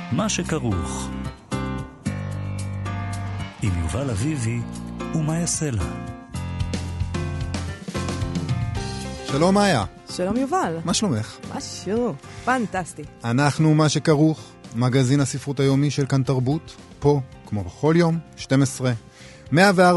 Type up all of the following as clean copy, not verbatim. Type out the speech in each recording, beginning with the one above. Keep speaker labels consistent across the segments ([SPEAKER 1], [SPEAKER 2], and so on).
[SPEAKER 1] מה שכרוך. עם יובל אביבי ומה יעשה לה.
[SPEAKER 2] שלום מאיה.
[SPEAKER 3] שלום יובל.
[SPEAKER 2] מה שלומך?
[SPEAKER 3] משהו פנטסטי.
[SPEAKER 2] אנחנו מה שכרוך, מגזין הספרות היומי של כאן תרבות, פה, כמו בכל יום, 12, 104.9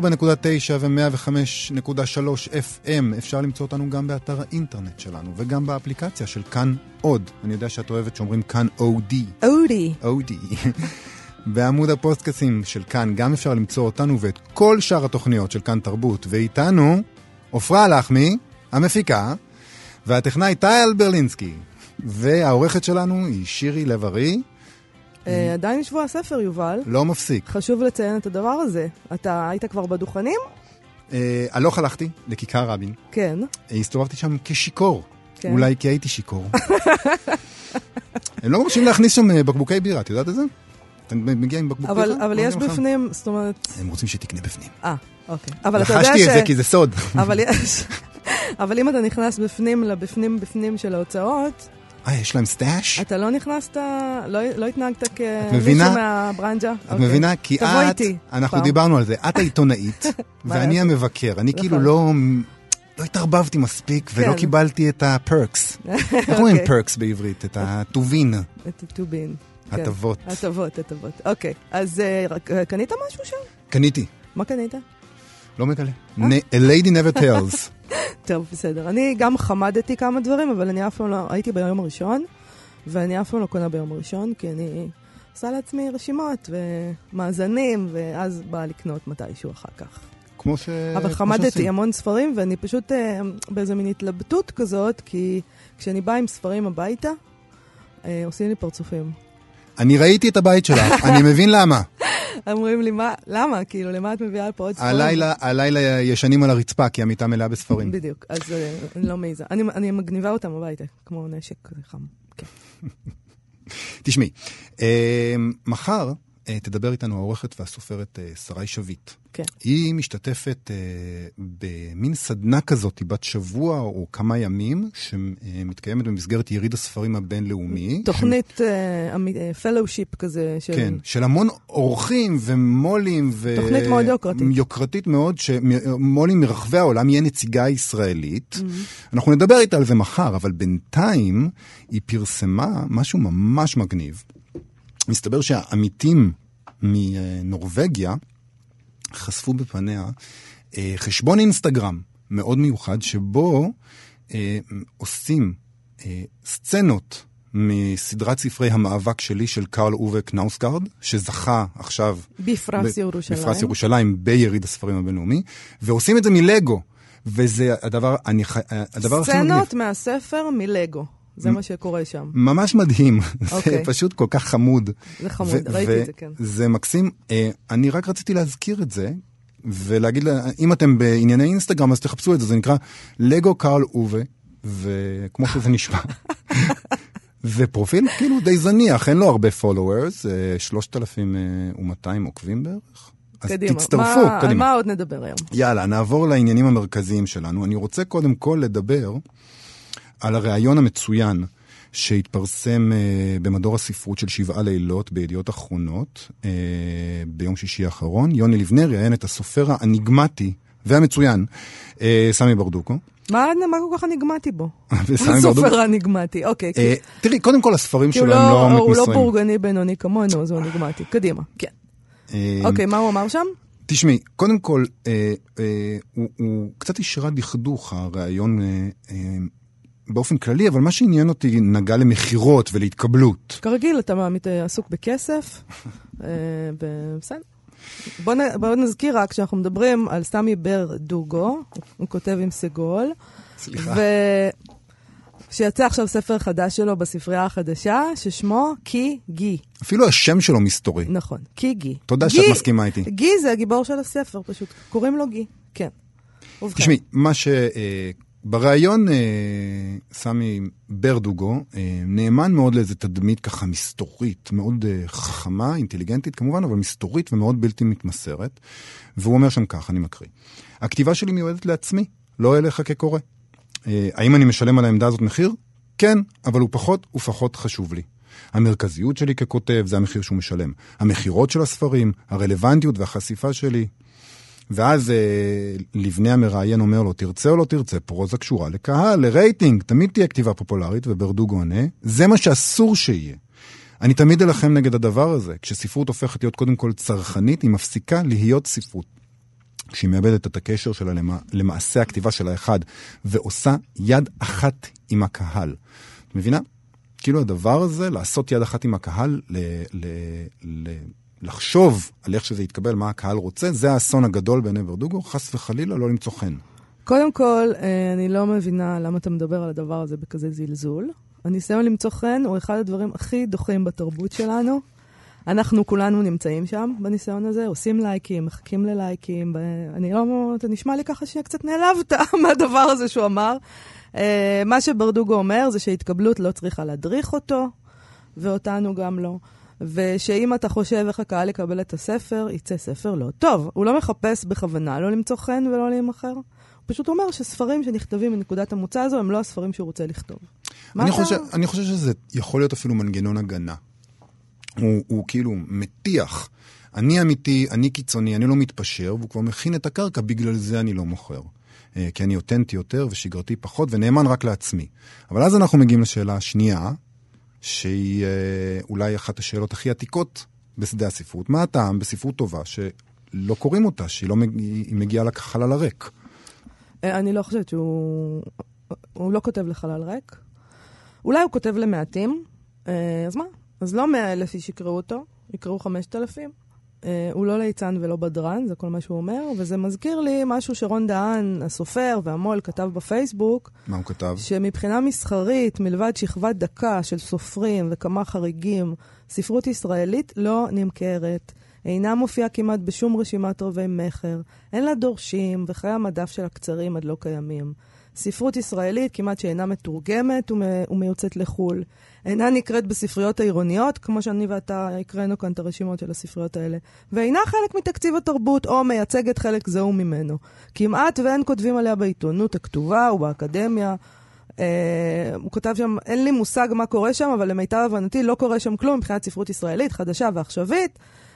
[SPEAKER 2] ו-105.3 FM. אפשר למצוא אותנו גם באתר האינטרנט שלנו, וגם באפליקציה של כאן עוד. אני יודע שאת אוהבת שאומרים כאן אודי.
[SPEAKER 3] אודי.
[SPEAKER 2] אודי. בעמוד הפודקאסטים של כאן גם אפשר למצוא אותנו ואת כל שאר התוכניות של כאן תרבות. ואיתנו, עופרה לחמי, המפיקה, והטכנאי טייל ברלינסקי. והעורכת שלנו היא שירי לב-ארי.
[SPEAKER 3] עדיין שבוע הספר, יובל.
[SPEAKER 2] לא מפסיק.
[SPEAKER 3] חשוב לציין את הדבר הזה. אתה היית כבר בדוכנים?
[SPEAKER 2] הלוך הלכתי לכיכר רבין.
[SPEAKER 3] כן.
[SPEAKER 2] הסתובבתי שם כשיקור.
[SPEAKER 3] כן.
[SPEAKER 2] אולי כי הייתי שיקור. הם לא מרשים להכניס שם בקבוקי בירה, את יודעת את זה? אתה מגיע עם בקבוק בירה?
[SPEAKER 3] אבל יש בפנים, זאת אומרת...
[SPEAKER 2] הם רוצים שתקנה בפנים.
[SPEAKER 3] אוקיי. אבל אתה יודע
[SPEAKER 2] לחשתי את זה כי זה סוד.
[SPEAKER 3] אבל אם אתה נכנס בפנים לבפנים של ההוצאות...
[SPEAKER 2] יש להם סטאש?
[SPEAKER 3] אתה לא נכנסת, לא התנהגת כמישהו מהברנג'ה?
[SPEAKER 2] את מבינה? כי את, אנחנו דיברנו על זה, את העיתונאית, ואני המבקר. אני כאילו לא התערבבתי מספיק, ולא קיבלתי את הפרקס. איך אומרים פרקס בעברית? את הטובין.
[SPEAKER 3] את הטובין.
[SPEAKER 2] הטבות.
[SPEAKER 3] הטבות. אוקיי, אז קנית משהו שם?
[SPEAKER 2] קניתי.
[SPEAKER 3] מה קנית?
[SPEAKER 2] לא מגלה. A lady never tells.
[SPEAKER 3] טוב, בסדר. אני גם חמדתי כמה דברים, אבל אני אף פעם לא... הייתי ביום הראשון, ואני אף פעם לא קונה ביום הראשון, כי אני עושה לעצמי רשימות ומאזנים, ואז באה לקנות מתישהו אחר כך. אבל חמדתי המון ספרים, ואני פשוט באיזו מין התלבטות כזאת, כי כשאני באה עם ספרים הביתה, עושים לי פרצופים.
[SPEAKER 2] אני ראיתי את הבית שלך, אני מבין למה.
[SPEAKER 3] אומרים לי, למה? כאילו, למה את מביאה פה עוד ספרים?
[SPEAKER 2] הלילה ישנים על הרצפה, כי המיטה מלאה בספרים.
[SPEAKER 3] בדיוק, אז אני לא מעיזה. אני מגניבה אותם הביתה, כמו נשק חם.
[SPEAKER 2] תשמעי, מחר תדבר איתנו העורכת והסופרת שרי שביט.
[SPEAKER 3] כן.
[SPEAKER 2] היא משתתפת במין סדנה כזאת, בת שבוע או כמה ימים, שמתקיימת במסגרת יריד הספרים הבינלאומי.
[SPEAKER 3] תוכנית פלושיפ כזה.
[SPEAKER 2] כן, של המון אורחים ומולים.
[SPEAKER 3] תוכנית מאוד יוקרתית.
[SPEAKER 2] יוקרתית מאוד, שמולים מרחבי העולם יהיה נציגה ישראלית. אנחנו נדבר איתה על זה מחר, אבל בינתיים היא פרסמה משהו ממש מגניב. מסתבר שהעמיתים מנורווגיה חשפו בפניה חשבון אינסטגרם מאוד מיוחד, שבו עושים סצנות מסדרת ספרי המאבק שלי של קרל אובה קנאוסגרד, שזכה עכשיו
[SPEAKER 3] בפרס
[SPEAKER 2] ירושלים ביריד הספרים הבינלאומי, ועושים את זה מלגו, וזה הדבר
[SPEAKER 3] סצנות מהספר מלגו. זה מה שקורה שם.
[SPEAKER 2] ממש מדהים. זה פשוט כל כך חמוד.
[SPEAKER 3] זה חמוד, ראיתי את זה, כן.
[SPEAKER 2] זה מקסים. אני רק רציתי להזכיר את זה, ולהגיד, אם אתם בענייני אינסטגרם, אז תחפשו את זה. זה נקרא לגו קרל אובה, וכמו שזה נשמע. זה פרופיל כאילו די זניח, אין לו הרבה followers, 3,200 עוקבים בערך. אז תצטרפו, קדימה.
[SPEAKER 3] על מה עוד נדבר היום?
[SPEAKER 2] יאללה, נעבור לעניינים המרכזיים שלנו. אני רוצה קודם כל לדבר על הראיון המצוין שהתפרסם במדור הספרות של 7 לילות בידיעות אחרונות ביום שישי האחרון. יוני לבנה ראיין את הסופר האניגמטי והמצוין סמי ברדוקו.
[SPEAKER 3] מה כל כך אניגמטי בו? הסופר האניגמטי, אוקיי.
[SPEAKER 2] תראי, קודם כל הספרים שלו הם לא מתמסרים.
[SPEAKER 3] הוא לא בורגני בינוני כמונו, אז הוא אניגמטי. קדימה, כן. אוקיי, מה הוא אמר שם?
[SPEAKER 2] תשמעי, קודם כל, הוא קצת השרה דכדוך הראיון באופן כללי, אבל מה שעניין אותי נגע למחירות ולהתקבלות.
[SPEAKER 3] כרגיל, אתה עסוק בכסף, בסדר. בואו נזכיר רק שאנחנו מדברים על סמי ברדוגו, הוא כותב עם סגול.
[SPEAKER 2] סליחה.
[SPEAKER 3] שיצא עכשיו ספר חדש שלו בספרייה החדשה, ששמו קי גי.
[SPEAKER 2] אפילו השם שלו מסתורי.
[SPEAKER 3] נכון, קי גי.
[SPEAKER 2] תודה שאת מסכימה איתי.
[SPEAKER 3] גי זה הגיבור של הספר, פשוט. קוראים לו גי, כן.
[SPEAKER 2] תשמעי, מה בריאיון סמי ברדוגו נאמן מאוד לאיזו תדמית ככה מסתורית, מאוד חכמה, אינטליגנטית כמובן, אבל מסתורית ומאוד בלתי מתמסרת. והוא אומר שם כך, אני מקריא. הכתיבה שלי מיועדת לעצמי, לא אליך כקורא. האם אני משלם על העמדה הזאת מחיר? כן, אבל הוא פחות ופחות חשוב לי. המרכזיות שלי ככותב, זה המחיר שהוא משלם. המחירות של הספרים, הרלוונטיות והחשיפה שלי. ואז לבני המראיין אומר לו, תרצה או לא תרצה, פרוזה קשורה לקהל, לרייטינג, תמיד תהיה כתיבה פופולרית, וברדוגו עונה, זה מה שאסור שיהיה. אני תמיד אלחם נגד הדבר הזה. כשספרות הופכת להיות קודם כל צרכנית, היא מפסיקה להיות ספרות. כשהיא מאבדת את הקשר שלה למעשה הכתיבה של האחד, ועושה יד אחת עם הקהל. את מבינה? כאילו הדבר הזה, לעשות יד אחת עם הקהל, לחשוב על איך שזה יתקבל, מה הקהל רוצה, זה האסון הגדול בעיני ברדוגו, חס וחלילה לא למצוא חן.
[SPEAKER 3] קודם כל, אני לא מבינה למה אתה מדבר על הדבר הזה בכזה זלזול. הניסיון למצוא חן הוא אחד הדברים הכי דוחים בתרבות שלנו. אנחנו כולנו נמצאים שם בניסיון הזה, עושים לייקים, מחכים ללייקים, אתה נשמע לי ככה שקצת נעלבת מהדבר הזה שהוא אמר. מה שברדוגו אומר זה שהתקבלות לא צריכה להדריך אותו, ואותנו גם לא. ושאם אתה חושב איך הקהל יקבל את הספר, יצא ספר לא טוב. הוא לא מחפש בכוונה לא למצוא חן ולא להימחר. הוא פשוט אומר שספרים שנכתבים מנקודת המוצא הזו, הם לא הספרים שהוא רוצה לכתוב.
[SPEAKER 2] אני חושב שזה יכול להיות אפילו מנגנון הגנה. הוא כאילו מתיח. אני אמיתי, אני קיצוני, אני לא מתפשר, והוא כבר מכין את הקרקע, בגלל זה אני לא מוכר. כי אני אותנטי יותר ושגרתי פחות, ונאמן רק לעצמי. אבל אז אנחנו מגיעים לשאלה השנייה, שהיא אולי אחת השאלות הכי עתיקות בשדה הספרות. מה הטעם בספרות טובה שלא קוראים אותה, שהיא מגיעה לחלל הריק?
[SPEAKER 3] אני לא חושבת שהוא לא כותב לחלל ריק. אולי הוא כותב למעטים. אז מה? אז לא 100,000 איש יקראו אותו, יקראו 5,000. הוא לא ליצן ולא בדרן, זה כל מה שהוא אומר, וזה מזכיר לי משהו שרון דהן, הסופר והמול, כתב בפייסבוק.
[SPEAKER 2] מה הוא כתב?
[SPEAKER 3] שמבחינה מסחרית, מלבד שכבת דקה של סופרים וכמה חריגים, ספרות ישראלית לא נמכרת, אינה מופיעה כמעט בשום רשימת רבי מחר, אין לה דורשים, וחיי המדף של הקצרים עד לא קיימים. ספרות ישראלית כמעט שאינה מתורגמת ומיוצאת לחול. אינה נקראת בספריות העירוניות, כמו שאני ואתה הקראנו כאן את הרשימות של הספריות האלה. ואינה חלק מתקציב התרבות או מייצגת חלק זהו ממנו. כמעט ואין כותבים עליה בעיתונות הכתובה ובאקדמיה. הוא כותב שם, אין לי מושג מה קורה שם, אבל למיטב הבנתי לא קורה שם כלום מבחינת ספרות ישראלית, חדשה ועכשווית.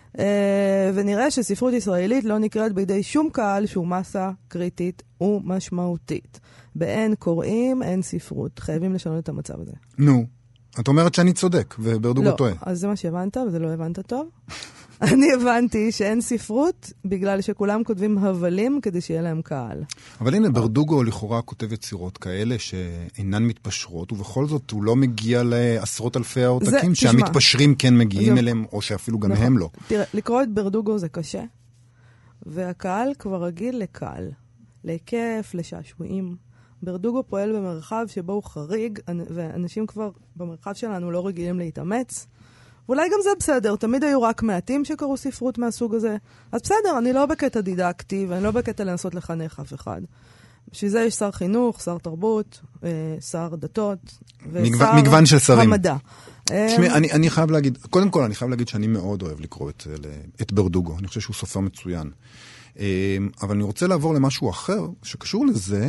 [SPEAKER 3] ונראה שספרות ישראלית לא נקראת בידי שום קהל שהוא מסה קריטית ומשמעותית. באין קוראים, אין ספרות. חייבים לשנות את המצב הזה.
[SPEAKER 2] נו, את אומרת שאני צודק, וברדוגו טועה.
[SPEAKER 3] לא, אז זה מה שהבנת, וזה לא הבנת טוב. אני הבנתי שאין ספרות בגלל שכולם כותבים הבלים כדי שיהיה להם קהל.
[SPEAKER 2] אבל הנה, ברדוגו לכאורה כותב יצירות כאלה שאינן מתפשרות, ובכל זאת הוא לא מגיע לעשרות אלפי העותקים שהמתפשרים כן מגיעים אליהם, או שאפילו גם הם לא.
[SPEAKER 3] תראה, לקרוא את ברדוגו זה קשה, והקהל כבר רגיל לקהל, להיקף, לשעשועים. ברדוגו פועל במרחב שבו הוא חריג, ואנשים כבר במרחב שלנו לא רגילים להתאמץ, ואולי גם זה בסדר, תמיד היו רק מעטים שקראו ספרות מהסוג הזה. אז בסדר, אני לא בקטע דידקטי, ואני לא בקטע לנסות לחנך אף אחד. בשביל זה יש שר חינוך, שר תרבות, שר דתות,
[SPEAKER 2] מגוון של שרים.
[SPEAKER 3] המדע.
[SPEAKER 2] תשמעי, אני חייב להגיד, קודם כל אני חייב להגיד שאני מאוד אוהב לקרוא את ברדוגו. אני חושב שהוא סופר מצוין. אבל אני רוצה לעבור למשהו אחר, שקשור לזה,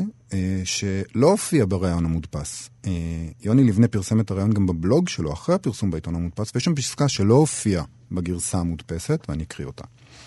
[SPEAKER 2] שלא הופיע ברעיון המודפס. יוני לבנה פרסם את הרעיון גם בבלוג שלו, אחרי הפרסום בעיתון המודפס, ויש שם פסקה שלא הופיע בגרסה המודפסת, ואני אקריא אותה.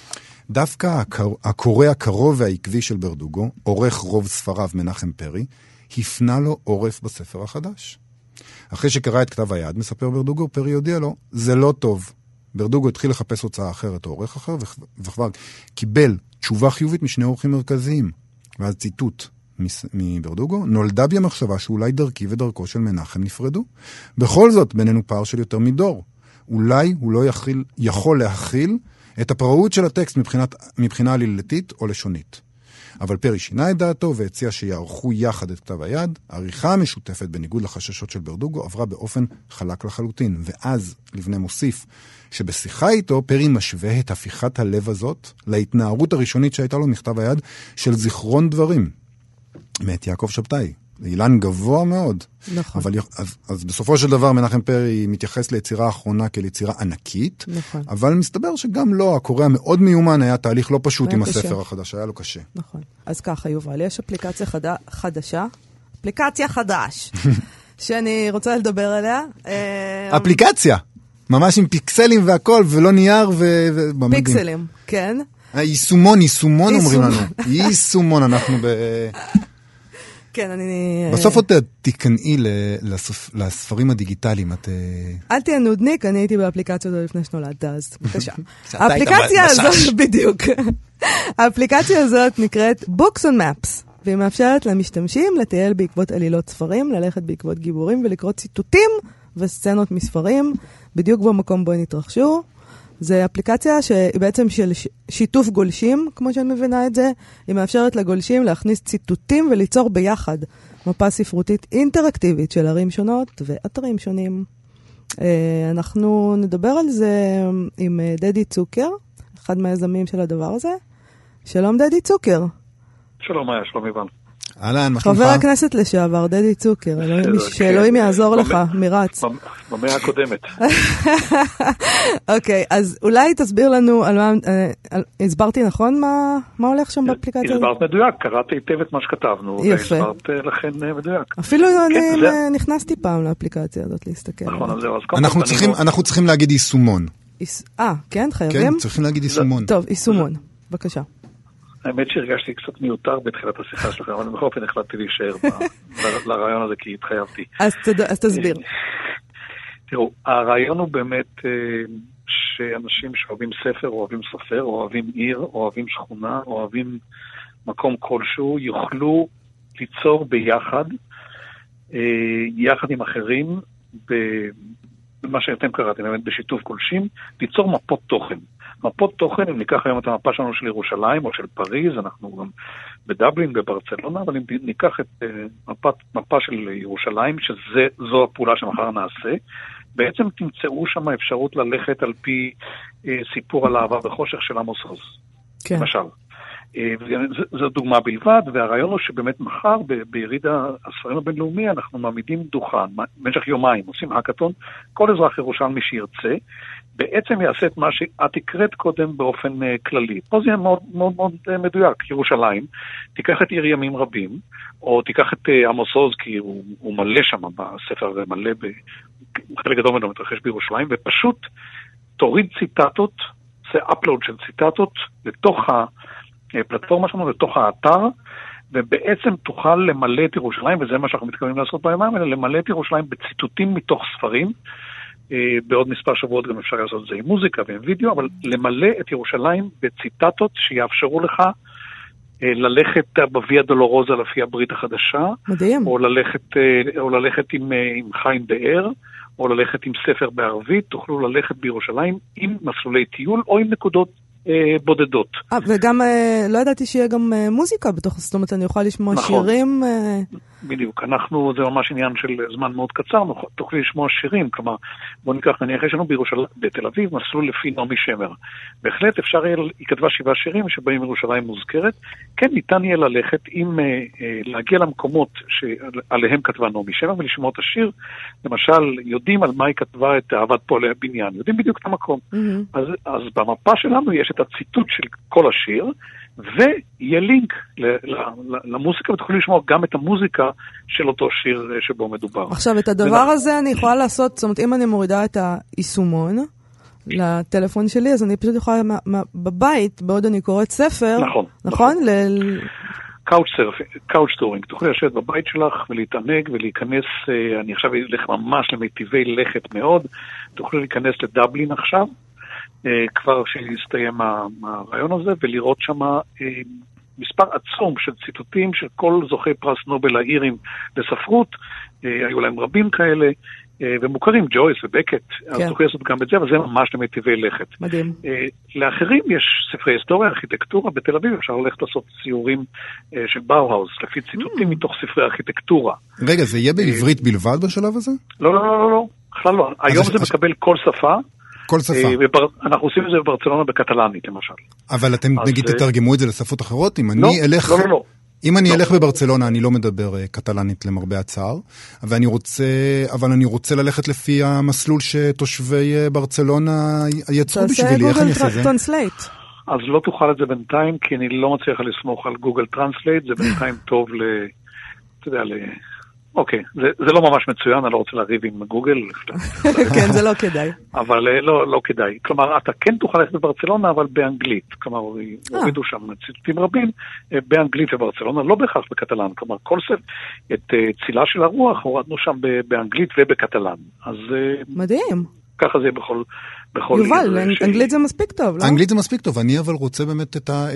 [SPEAKER 2] דווקא הקורא הקרוב והעקבי של ברדוגו, עורך רוב ספריו מנחם פרי, הפנה לו עורף בספר החדש. אחרי שקרא את כתב היד, מספר ברדוגו, פרי יודיע לו, זה לא טוב. ברדוגו התחיל לחפש הוצאה אחרת או עורך אחר, וכבר קיבל תשובה חיובית משני עורכים מרכזיים. ואז ציטוט מברדוגו, נולדה בי המחשבה שאולי דרכי ודרכו של מנחם נפרדו. בכל זאת, בינינו פער של יותר מדור. אולי הוא לא יכול להכיל את הפראות של הטקסט מבחינה עלילתית או לשונית. אבל פרי שינה את דעתו והציע שיערכו יחד את כתב היד. העריכה המשותפת בניגוד לחששות של ברדוגו עברה באופן חלק לחלוטין. ואז לבנה מוסיף שבשיחה איתו פרי משווה את הפיכת הלב הזאת להתנערות הראשונית שהייתה לו מכתב היד של זיכרון דברים מאת יעקב שבתאי. זה אילן גבוה מאוד.
[SPEAKER 3] נכון.
[SPEAKER 2] אבל, אז בסופו של דבר מנחם פרי מתייחס ליצירה האחרונה כיצירה ענקית,
[SPEAKER 3] נכון.
[SPEAKER 2] אבל מסתבר שגם לא, הקורא המאוד מיומן היה תהליך לא פשוט עם הספר החדש, היה לו קשה.
[SPEAKER 3] נכון. אז ככה יובל, יש אפליקציה חדשה, אפליקציה חדש, שאני רוצה לדבר עליה.
[SPEAKER 2] אפליקציה, ממש עם פיקסלים והכל, ולא נייר
[SPEAKER 3] פיקסלים, כן.
[SPEAKER 2] יישומון אומרים לנו. יישומון, אנחנו
[SPEAKER 3] כן, אני...
[SPEAKER 2] בסוף עוד תקנאי לספרים הדיגיטליים.
[SPEAKER 3] אל תהיה נודניק, אני הייתי באפליקציה הזו לפני שנולדת, אז בבקשה. האפליקציה הזאת, בדיוק. האפליקציה הזאת נקראת Books on Maps, והיא מאפשרת למשתמשים לטייל בעקבות עלילות ספרים, ללכת בעקבות גיבורים ולקרוא ציטוטים וסצנות מספרים, בדיוק במקום בו הם התרחשו. זה אפליקציה שהיא בעצם של שיתוף גולשים, כמו שאני מבינה את זה. היא מאפשרת לגולשים להכניס ציטוטים וליצור ביחד מפה ספרותית אינטראקטיבית של ערים שונות ואתרים שונים. אנחנו נדבר על זה עם דדי צוקר, אחד מהיזמים של הדבר הזה. שלום דדי צוקר.
[SPEAKER 4] שלום, שלום איבן.
[SPEAKER 2] אהלן, מה שלומך?
[SPEAKER 3] חבר הכנסת לשעבר, דדי צוקר, שאלוהים יעזור לך, מירץ.
[SPEAKER 4] במאה הקודמת.
[SPEAKER 3] אוקיי, אז אולי תסביר לנו על מה, הסברתי נכון מה הולך שם באפליקציה?
[SPEAKER 4] הסברת מדויק, קראתי היטב את מה שכתבנו, והסברת לכן מדויק.
[SPEAKER 3] אפילו אני נכנסתי פעם לאפליקציה הזאת להסתכל.
[SPEAKER 4] נכון, אז זהו.
[SPEAKER 2] אנחנו צריכים להגיד יישומון.
[SPEAKER 3] כן, חייבים?
[SPEAKER 2] כן, צריכים להגיד יישומון.
[SPEAKER 3] טוב, יישומון, בבקשה.
[SPEAKER 4] האמת שהרגשתי קצת מיותר בתחילת השיחה שלכם, אבל בכל אופן החלטתי להישאר לרעיון הזה כי התחייבתי.
[SPEAKER 3] אז תסביר.
[SPEAKER 4] תראו, הרעיון הוא באמת שאנשים שאוהבים ספר, אוהבים סופר, אוהבים עיר, אוהבים שכונה, אוהבים מקום כלשהו, יוכלו ליצור ביחד, יחד עם אחרים, במה שאתם קראתם, באמת בשיתוף גולשים, ליצור מפות תוכן. מפות תוכן, אם ניקח היום את המפה שלנו של ירושלים או של פריז, אנחנו גם בדבלין, בברצלונה, אבל אם ניקח את מפה של ירושלים, שזו הפעולה שמחר נעשה, בעצם תמצאו שם אפשרות ללכת על פי סיפור על אהבה בחושך של עמוס עוז.
[SPEAKER 3] כן.
[SPEAKER 4] למשל. זו דוגמה בלבד, והרעיון הוא שבאמת מחר ביריד הספרים הבינלאומי אנחנו מעמידים דוכן, במשך יומיים, עושים האקתון, כל אזרח ירושלמי שירצה, בעצם יעשה את מה שאת הקראת קודם באופן כללי. פה זה יהיה מאוד מאוד מאוד מדויק. ירושלים, תיקח את עיר ימים רבים, או תיקח את עמוס עוז, כי הוא מלא שם בספר, ומלא חלק גדול ממנו מתרחש בירושלים, ופשוט תוריד ציטטות, זה אפלוד של ציטטות לתוך הפלטפורמה שלנו, לתוך האתר, ובעצם תוכל למלא את ירושלים, וזה מה שאנחנו מתכוונים לעשות בימים, אלא למלא את ירושלים בציטוטים מתוך ספרים. בעוד מספר שבועות גם אפשר לעשות את זה עם מוזיקה ועם וידאו, אבל למלא את ירושלים בציטטות שיאפשרו לך ללכת בוויה דולורוזה לפי הברית החדשה,
[SPEAKER 3] מדהים.
[SPEAKER 4] או ללכת עם חיים באר, או ללכת עם ספר בערבית, תוכלו ללכת בירושלים עם מסלולי טיול או עם נקודות בודדות.
[SPEAKER 3] וגם לא ידעתי שיהיה גם מוזיקה בתוך, זאת אומרת אני אוכל לשמוע שירים.
[SPEAKER 4] בדיוק, זה ממש עניין של זמן מאוד קצר, תוכלי לשמוע שירים, כלומר, בוא ניקח, נניח יש לנו בתל אביב מסלול לפי נעמי שמר. בהחלט אפשר היא כתבה 7 שירים שבהם ירושלים מוזכרת, כן ניתן יהיה ללכת להגיע למקומות שעליהם כתבה נעמי שמר ולשמוע את השיר, למשל, יודעים על מה היא כתבה את אהבת פועלי הבניין, יודעים בדיוק את המקום. אז במפה שלנו יש את הציטוט של כל השיר, ויהיה לינק למוזיקה, ותוכלו לשמוע גם את המוזיקה של אותו שיר שבו מדובר.
[SPEAKER 3] עכשיו, את הדבר הזה אני יכולה לעשות, זאת אומרת, אם אני מורידה את היישומון לטלפון שלי, אז אני פשוט יכולה בבית, בעוד אני קוראת ספר, נכון?
[SPEAKER 4] קאוץ' טורינג, תוכלי לשבת בבית שלך ולהתענג ולהיכנס, אני עכשיו אלך ממש למיטיבי לכת מאוד, תוכלי להיכנס לדבלין עכשיו, כבר שהסתיים הרעיון הזה, ולראות שם מספר עצום של ציטוטים של כל זוכי פרס נובל האירים לספרות, היו להם רבים כאלה, ומוכרים, ג'ויס ובקט, אז תוכלי לעשות גם את זה, אבל זה ממש למיטיבי לכת.
[SPEAKER 3] מדהים.
[SPEAKER 4] לאחרים יש ספרי היסטוריה, ארכיטקטורה, בתל אביב אפשר ללכת לעשות ציורים של באוהאוז, לפי ציטוטים מתוך ספרי ארכיטקטורה.
[SPEAKER 2] רגע, זה יהיה בעברית בלבד בשלב הזה?
[SPEAKER 4] לא, בכלל לא. היום זה מקבל כל שפה,
[SPEAKER 2] כל שפה.
[SPEAKER 4] אנחנו עושים את זה בברצלונה בקטלנית, למשל.
[SPEAKER 2] אבל אתם נגיד תתרגמו את זה לשפות אחרות?
[SPEAKER 4] לא.
[SPEAKER 2] אם אני אלך בברצלונה, אני לא מדבר קטלנית למרבה הצער, אבל אני רוצה ללכת לפי המסלול שתושבי ברצלונה יצרו בשבילי. איך אני אעשה זה?
[SPEAKER 3] טרנסלייט.
[SPEAKER 4] אז לא תוכל את זה בינתיים, כי אני לא מצליח לסמוך על גוגל טרנסלייט, זה בינתיים טוב אוקיי, זה לא ממש מצוין, אני לא רוצה להריב עם גוגל.
[SPEAKER 3] כן, זה לא כדאי.
[SPEAKER 4] אבל לא כדאי. כלומר, אתה כן תוכל ללכת בברצלונה, אבל באנגלית. כלומר, הורידו שם ציטוטים רבים, באנגלית וברצלונה, לא בהכרח בקטלן. כלומר, כל את צילה של הרוח הורדנו שם באנגלית ובקטלן. אז
[SPEAKER 3] מדהים.
[SPEAKER 4] ככה זה בכל
[SPEAKER 3] יובל, אנגלית זה מספיק טוב, לא?
[SPEAKER 2] אנגלית זה מספיק טוב, אני אבל רוצה באמת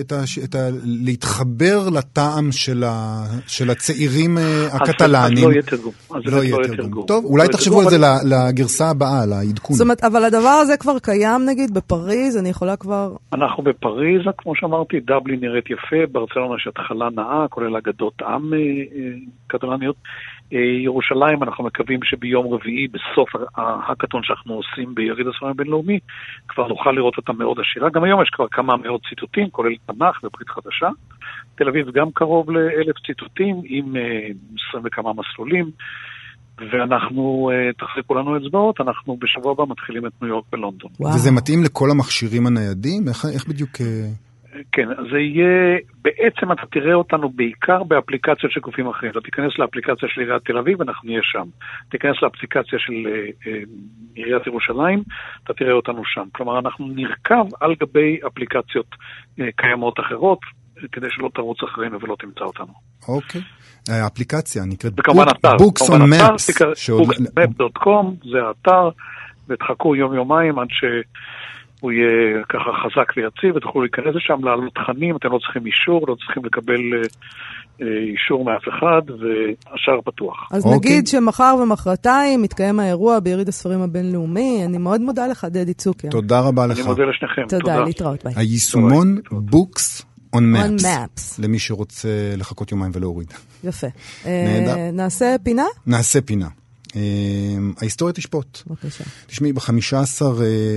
[SPEAKER 2] להתחבר לטעם של הצעירים הקטלנים.
[SPEAKER 4] אז לא יהיה תרגום.
[SPEAKER 2] טוב, אולי תחשבו על זה לגרסה הבאה, לעדכון.
[SPEAKER 3] זאת אומרת, אבל הדבר הזה כבר קיים, נגיד, בפריז, אני יכולה כבר...
[SPEAKER 4] אנחנו בפריז, כמו שאמרתי, דבלין נראית יפה, ברצלונה שהתחלה נאה, כולל אגדות עם קטלניות. ירושלים, אנחנו מקווים שביום רביעי, בסוף ההקאטון שאנחנו עושים ביריד הספרים הבינלאומי, כבר נוכל לראות אותה מאוד עשירה. גם היום יש כבר כמה מאות ציטוטים, כולל תנ"ך וברית חדשה. תל אביב גם קרוב ל1,000 ציטוטים, עם 20 וכמה מסלולים, ואנחנו, תחזיקו לנו אצבעות, אנחנו בשבוע הבא מתחילים את ניו יורק ולונדון.
[SPEAKER 2] וזה מתאים לכל המכשירים הניידים? איך בדיוק...
[SPEAKER 4] כן, זה יהיה, בעצם אתה תראה אותנו בעיקר באפליקציות של גופים אחרים. אתה תיכנס לאפליקציה של עיריית תל אביב, אנחנו נהיה שם. תיכנס לאפליקציה של עיריית ירושלים, אתה תראה אותנו שם. כלומר, אנחנו נרכב על גבי אפליקציות קיימות אחרות, כדי שלא תרוץ אחרינו ולא תמצא אותנו.
[SPEAKER 2] אוקיי. האפליקציה נקראת
[SPEAKER 4] Books on Maps. Booksonmaps.com, זה האתר, ותחכו יום-יומיים עד הוא יהיה ככה חזק ויציב, ותוכלו להיכנס לשם, לעלות תכנים, אתם לא צריכים אישור, לא צריכים לקבל אישור מאף אחד, והשאר פתוח.
[SPEAKER 3] אז נגיד שמחר ומחרתיים מתקיים האירוע ביריד הספרים הבינלאומי, אני מאוד מודה לך, דדי צוקר.
[SPEAKER 2] תודה רבה לך.
[SPEAKER 4] אני מודה לשניכם.
[SPEAKER 3] תודה, להתראות, ביי.
[SPEAKER 2] היישומון Books on Maps, למי שרוצה לחכות יומיים ולהוריד.
[SPEAKER 3] יפה. נעשה פינה?
[SPEAKER 2] נעשה פינה. ההיסטוריה תשפוט.
[SPEAKER 3] בבקשה.
[SPEAKER 2] תשמעי, ב-15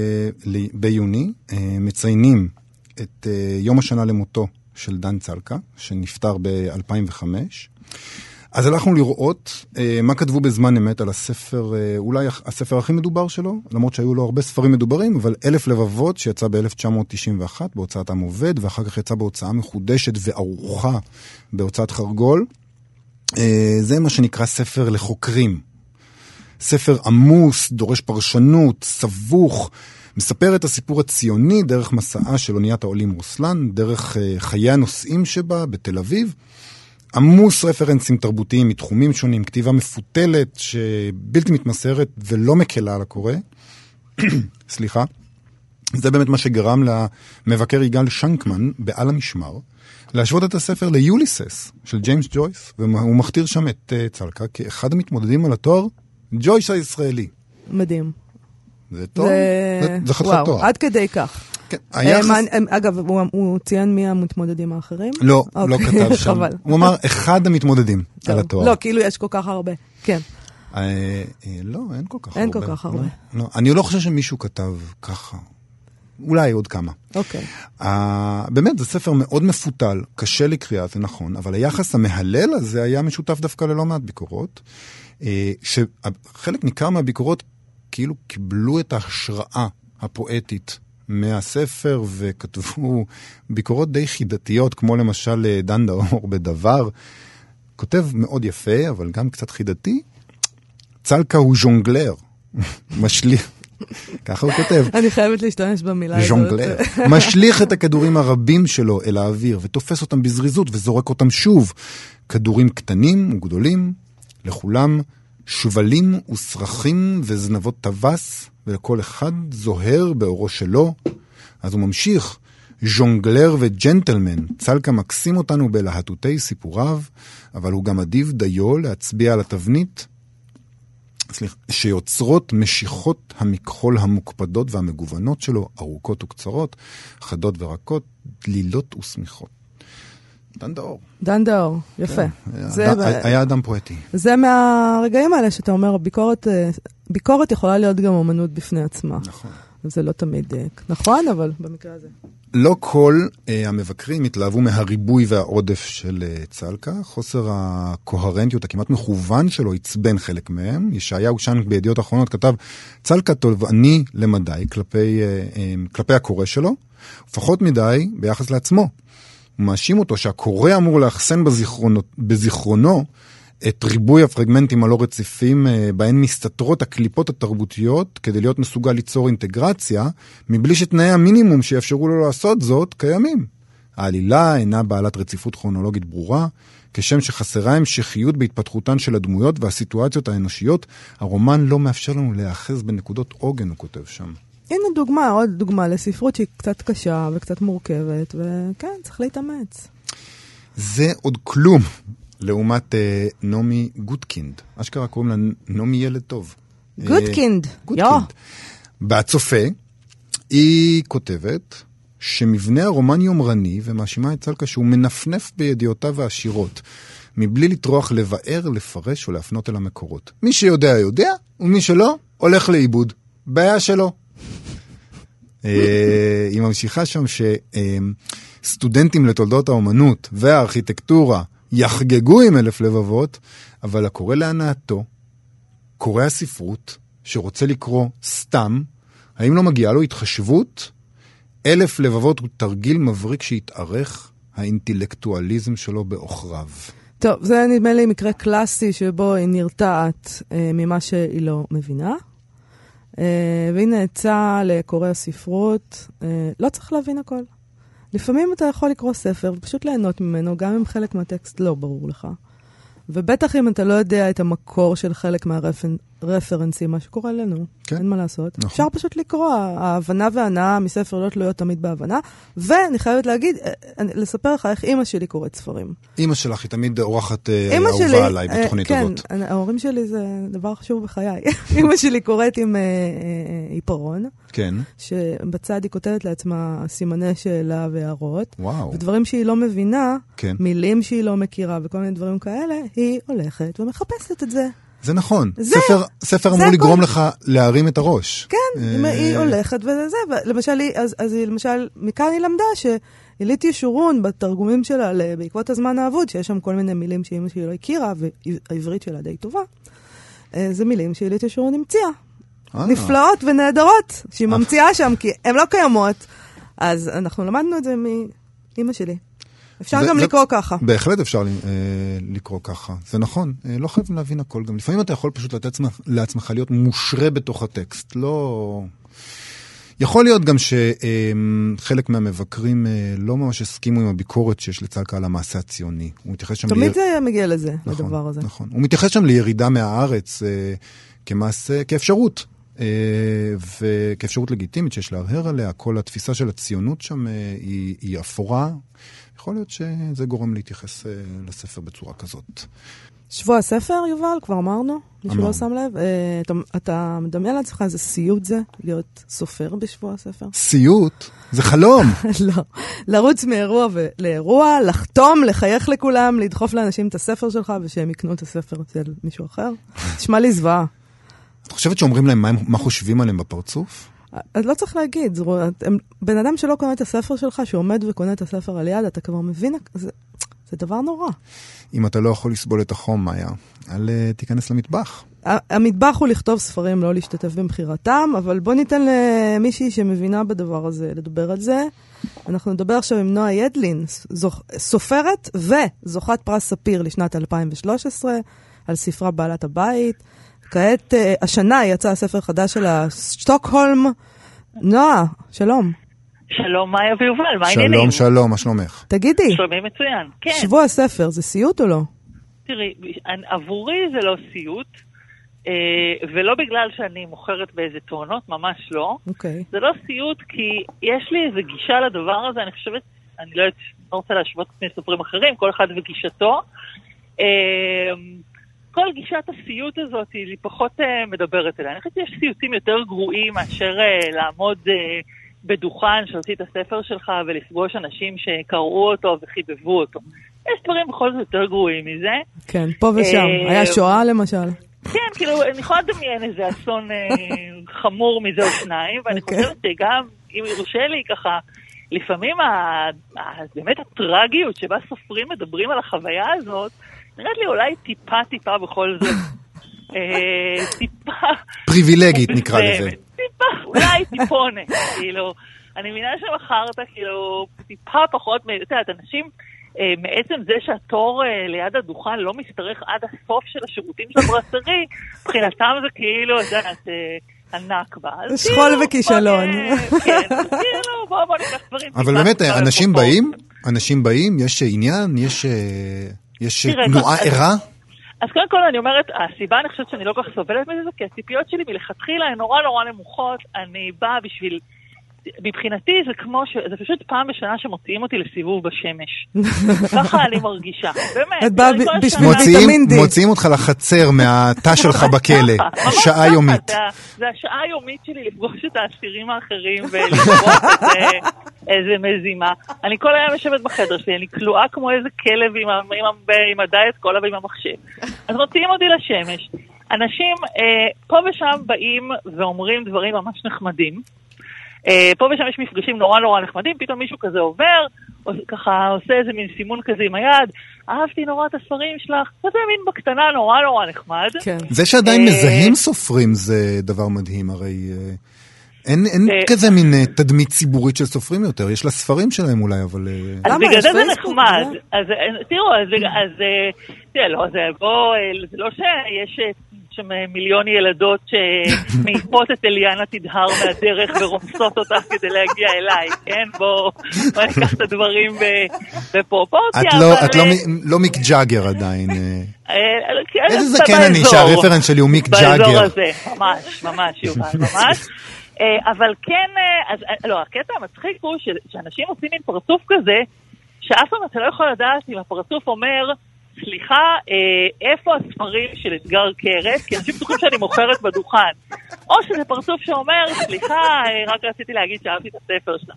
[SPEAKER 2] ביוני מציינים את יום השנה למותו של דן צלקה, שנפטר ב-2005. אז הלכנו לראות מה כתבו בזמן אמת על הספר, אולי הספר הכי מדובר שלו, למרות שהיו לו הרבה ספרים מדוברים, אבל 1000 לבבות שיצא ב-1991 בהוצאת עם עובד, ואחר כך יצא בהוצאה מחודשת וערוכה בהוצאת חרגול. זה מה שנקרא ספר לחוקרים. ספר עמוס, דורש פרשנות, סבוך, מספר את הסיפור הציוני דרך מסעה של אוניית העולים רוסלן, דרך חיי הנוסעים שבה בתל אביב. עמוס רפרנסים תרבותיים מתחומים שונים, כתיבה מפותלת שבלתי מתמסרת ולא מקלה על הקורא. סליחה. זה באמת מה שגרם למבקר יגאל שנקמן בעל המשמר, להשוות את הספר ליוליסס של ג'יימס ג'ויס, והוא מכתיר שם את צלקה כאחד המתמודדים על התואר ג'ויס הישראלי.
[SPEAKER 3] מדהים.
[SPEAKER 2] זה טוב? זה חתיכת תואר.
[SPEAKER 3] עד כדי כך. אגב, הוא ציין מי המתמודדים האחרים?
[SPEAKER 2] לא, לא כתב שם. הוא אמר, אחד המתמודדים על התואר.
[SPEAKER 3] לא, כאילו יש כל כך הרבה. כן.
[SPEAKER 2] לא, אין כל כך הרבה.
[SPEAKER 3] אין כל כך הרבה.
[SPEAKER 2] אני לא חושב שמישהו כתב ככה. אולי עוד כמה.
[SPEAKER 3] אוקיי.
[SPEAKER 2] באמת, זה ספר מאוד מפותל, קשה לקריאה, זה נכון, אבל היחס המהלל הזה היה משותף דווקא ללא מעט ביקורות, שחלק ניכר מהביקורות כאילו קיבלו את ההשראה הפואטית מהספר, וכתבו ביקורות די חידתיות, כמו למשל דן דאור בדבר, כותב מאוד יפה, אבל גם קצת חידתי, צלקה הוא ז'ונגלר, משליך. ככה הוא כותב.
[SPEAKER 3] אני חייבת להשתמש במילה הזאת.
[SPEAKER 2] ז'ונגלר. משליך את הכדורים הרבים שלו אל האוויר, ותופס אותם בזריזות וזורק אותם שוב. כדורים קטנים וגדולים, לכולם שובלים וסרחים וזנבות טווס, ולכל אחד זוהר באורו שלו. אז הוא ממשיך, ז'ונגלר וג'נטלמן, צלקה מקסים אותנו בלהטותי סיפוריו, אבל הוא גם אדיב דיו להצביע על התבנית, שיוצרות משיכות המכחול המוקפדות והמגוונות שלו, ארוכות וקצרות, חדות ורקות, דלילות ושמיכות. דן דאור.
[SPEAKER 3] דן דאור, יפה.
[SPEAKER 2] היה אדם פואטי.
[SPEAKER 3] זה מהרגעים האלה שאתה אומר, ביקורת יכולה להיות גם אומנות בפני עצמה.
[SPEAKER 2] נכון.
[SPEAKER 3] זה לא תמיד נכון, אבל במקרה הזה.
[SPEAKER 2] לא כל המבקרים התלהבו מהריבוי והעודף של צלקה. חוסר הקוהרנטיות הכמעט מכוון שלו הצבן חלק מהם. ישעיהו שנק בידיעות האחרונות כתב, צלקה תובעני למדי כלפי הקורא שלו, ופחות מדי ביחס לעצמו. הוא מאשים אותו שהקורא אמור לאחסן בזיכרונו את ריבוי הפרגמנטים הלא רציפים בהן מסתתרות הקליפות התרבותיות כדי להיות מסוגל ליצור אינטגרציה, מבלי שתנאי המינימום שיאפשרו לו לעשות זאת קיימים. העלילה אינה בעלת רציפות כרונולוגית ברורה, כשם שחסרה המשכיות בהתפתחותן של הדמויות והסיטואציות האנושיות, הרומן לא מאפשר לנו להאחז בנקודות עוגן, הוא כותב שם.
[SPEAKER 3] הנה דוגמה, עוד דוגמה לספרות שהיא קצת קשה וקצת מורכבת, וכן, צריך להתאמץ.
[SPEAKER 2] זה עוד כלום. לעומת נעמי גוטקינד. אשכרה קוראים לה נעמי ילד טוב.
[SPEAKER 3] גוטקינד.
[SPEAKER 2] בהצופה, היא כותבת שמבנה הרומן יומרני, ומאשימה את צלקה שהוא מנפנף בידיעותיו העשירות, מבלי לטרוח לבאר, לפרש או להפנות אל המקורות. מי שיודע יודע, ומי שלא, הולך לאיבוד. בעיה שלו. היא ממשיכה שם שסטודנטים לתולדות האומנות והארכיטקטורה יחגגו עם 1,000 לבבות, אבל הקורא להנאתו, קורא הספרות, שרוצה לקרוא סתם, האם לא מגיעה לו התחשבות? 1,000 לבבות הוא תרגיל מבריק שהתארך האינטלקטואליזם שלו באוכריו.
[SPEAKER 3] טוב, זה נדמה לי מקרה קלאסי שבו היא נרתעת ממה שהיא לא מבינה. והיא נעצה לקורא הספרות, לא צריך להבין הכל. לפעמים אתה יכול לקרוא ספר ופשוט ליהנות ממנו, גם אם חלק מהטקסט לא ברור לך. ובטח אם אתה לא יודע את המקור של חלק מהרפרנסים, מה שקורה לנו, כן. אין מה לעשות. נכון. אפשר פשוט לקרוא, ההבנה וההנאה מספר לא תלויות תמיד בהבנה, ואני חייבת להגיד, לספר לך איך אמא שלי קוראת ספרים.
[SPEAKER 2] אמא שלך היא תמיד אורחת אהובה עליי בתוכנית הזאת.
[SPEAKER 3] כן, ההורים שלי זה דבר חשוב בחיי. אמא שלי קוראת עם עיפרון,
[SPEAKER 2] כן.
[SPEAKER 3] שבצד היא כותבת לעצמה סימני שאלה והערות,
[SPEAKER 2] וואו.
[SPEAKER 3] ודברים שהיא לא מבינה,
[SPEAKER 2] כן.
[SPEAKER 3] מילים שהיא לא מכירה וכל מיני דברים כאלה, היא הולכת ומחפשת את זה.
[SPEAKER 2] זה נכון. ספר אמור לגרום לך להרים את הראש.
[SPEAKER 3] כן, היא הולכת וזה. למשל, מכאן היא למדה שהילית ישורון בתרגומים שלה בעקבות הזמן האבוד, שיש שם כל מיני מילים שאמא שלי לא הכירה, והעברית שלה די טובה. זה מילים שהילית ישורון המציאה. נפלאות ונהדרות שהיא ממציאה שם, כי הן לא קיימות. אז אנחנו למדנו את זה מאמא שלי. אפשר גם לקרוא ככה.
[SPEAKER 2] בהחלט אפשר לקרוא ככה. זה נכון. לא חייבים להבין הכל. גם לפעמים אתה יכול פשוט לתת לעצמך להיות מושרה בתוך הטקסט. לא... יכול להיות גם שחלק מהמבקרים לא ממש הסכימו עם הביקורת שיש לצלקה על המעשה הציוני. הוא מתייחס שם...
[SPEAKER 3] תמיד זה מגיע לזה, לדבר הזה.
[SPEAKER 2] נכון. הוא מתייחס שם לירידה מהארץ כמעשה, כאפשרות. וכאפשרות לגיטימית שיש להרהר עליה. כל התפיסה של הציונות שם היא אפורה. יכול להיות שזה גורם להתייחס לספר בצורה כזאת.
[SPEAKER 3] שבוע הספר, יובל, כבר אמרנו, מישהו לא שם לב. אתה מדמיין לעצמך איזה סיוט זה, להיות סופר בשבוע הספר?
[SPEAKER 2] סיוט? זה חלום.
[SPEAKER 3] לא. לרוץ מאירוע לאירוע, לחתום, לחייך לכולם, לדחוף לאנשים את הספר שלך, ושהם יקנו את הספר של מישהו אחר. תשמע לי זוועה.
[SPEAKER 2] את חושבת שאומרים להם מה חושבים עליהם בפרצוף?
[SPEAKER 3] אז לא צריך להגיד, בן אדם שלא קונה את הספר שלך, שעומד וקונה את הספר על יד, אתה כבר מבין, זה דבר נורא.
[SPEAKER 2] אם אתה לא יכול לסבול את החום, מאיה, תיכנס למטבח.
[SPEAKER 3] המטבח הוא לכתוב ספרים, לא להשתתף במחירתם, אבל בוא ניתן למישהי שמבינה בדבר הזה, לדבר על זה. אנחנו נדבר עכשיו עם נועה ידלין, סופרת וזוכת פרס ספיר לשנת 2013, על ספרה בעלת הבית. כעת, השנה יצא הספר חדש שלה, שטוקהולם. נועה, שלום.
[SPEAKER 5] שלום, מאיה ויובל, מה העניינים?
[SPEAKER 2] שלום, שלום, מה שלומך?
[SPEAKER 3] תגידי.
[SPEAKER 5] שלומי מצוין, כן.
[SPEAKER 3] שבוע הספר, זה סיוט או לא?
[SPEAKER 5] תראי, עבורי זה לא סיוט, ולא בגלל שאני מוכרת באיזה טעונות, ממש לא.
[SPEAKER 3] אוקיי.
[SPEAKER 5] זה לא סיוט כי יש לי איזו גישה לדבר הזה, אני חושבת, אני לא רוצה להשוות פני סופרים אחרים, כל אחד וגישתו. כל גישת הסיוט הזאת היא פחות מדברת אליה. אני חושבת שיש סיוטים יותר גרועים מאשר לעמוד בדוכן שהוציא את הספר שלך ולפגוש אנשים שקראו אותו וחיבבו אותו. יש דברים בכל זאת יותר גרועים מזה.
[SPEAKER 3] כן, פה ושם. היה שואה למשל.
[SPEAKER 5] כן, כאילו, אני יכולה לדמיין איזה אסון חמור מזה או שניים, ואני חושבת שגם, אם יורשה לי ככה, לפעמים באמת הטרגיות שבה סופרים מדברים על החוויה הזאת, נראית לי אולי טיפה בכל זאת. טיפה...
[SPEAKER 2] פריבילגית נקרא לזה.
[SPEAKER 5] טיפה, אולי טיפונת. כאילו, אני מבינה שמחרת, כאילו, טיפה פחות, אתה יודעת, אנשים, מעצם זה שהתור ליד הדוכן לא משתרך עד הסוף של השירותים של הברסרי, מבחינתם זה כאילו, ענק בה.
[SPEAKER 3] שכול וכישלון.
[SPEAKER 5] כן, כאילו, בואו ניקח דברים.
[SPEAKER 2] אבל באמת, אנשים באים, יש עניין, יש תנועה ערה?
[SPEAKER 5] אז קודם כל אני אומרת, הסיבה אני חושבת שאני לא כל כך סובלת מזה, כי הציפיות שלי מלכתחילה הן נורא נמוכות, אני באה בשביל... מבחינתי זה כמו זה פשוט פעם בשנה שמוציאים אותי לסיבוב בשמש. ככה אני מרגישה. באמת.
[SPEAKER 2] מוציאים אותך לחצר מהתא שלך בכלא. שעה יומית.
[SPEAKER 5] זה השעה היומית שלי לפגוש את האסירים האחרים ולפגוש איזה מזימה. אני כל היום יושבת בחדר שלי, אני כלואה כמו איזה כלב עם הדיאט קולה ועם המחשב. אז מוציאים אותי לשמש. אנשים פה ושם באים ואומרים דברים ממש נחמדים. פה ושם יש מפגשים נורא נחמדים, פתאום מישהו כזה עובר, ככה עושה איזה מין סימון כזה עם היד, אהבתי נורא את הספרים שלך, זה מין בקטנה נורא נחמד.
[SPEAKER 2] זה שעדיין מזהים סופרים זה דבר מדהים, הרי אין כזה מין תדמית ציבורית של סופרים יותר, יש לה ספרים שלהם אולי, אבל...
[SPEAKER 5] אז בגלל זה נחמד, אז תראו, זה לא שיש... שם מיליון ילדות שמעיפות את אליאנה תדהר מהדרך ורומסות אותה כדי להגיע אליי, כן? בוא ניקח את הדברים בפרופורציה.
[SPEAKER 2] את לא מיק ג'אגר עדיין. איזה זקן אני שהרפרנס שלי הוא מיק ג'אגר.
[SPEAKER 5] באזור הזה, ממש, יובל, ממש. אבל כן, לא, הקטע המצחיק הוא שאנשים עושים עם פרצוף כזה, שאף פעם אתה לא יכול לדעת אם הפרצוף אומר... סליחה, איפה הספרים של אתגר קרת? כי אנשים בטוחים שאני מוכרת בדוכן. או שזה פרצוף שאומר, סליחה, רק רציתי להגיד שאהבתי את הספר שלה.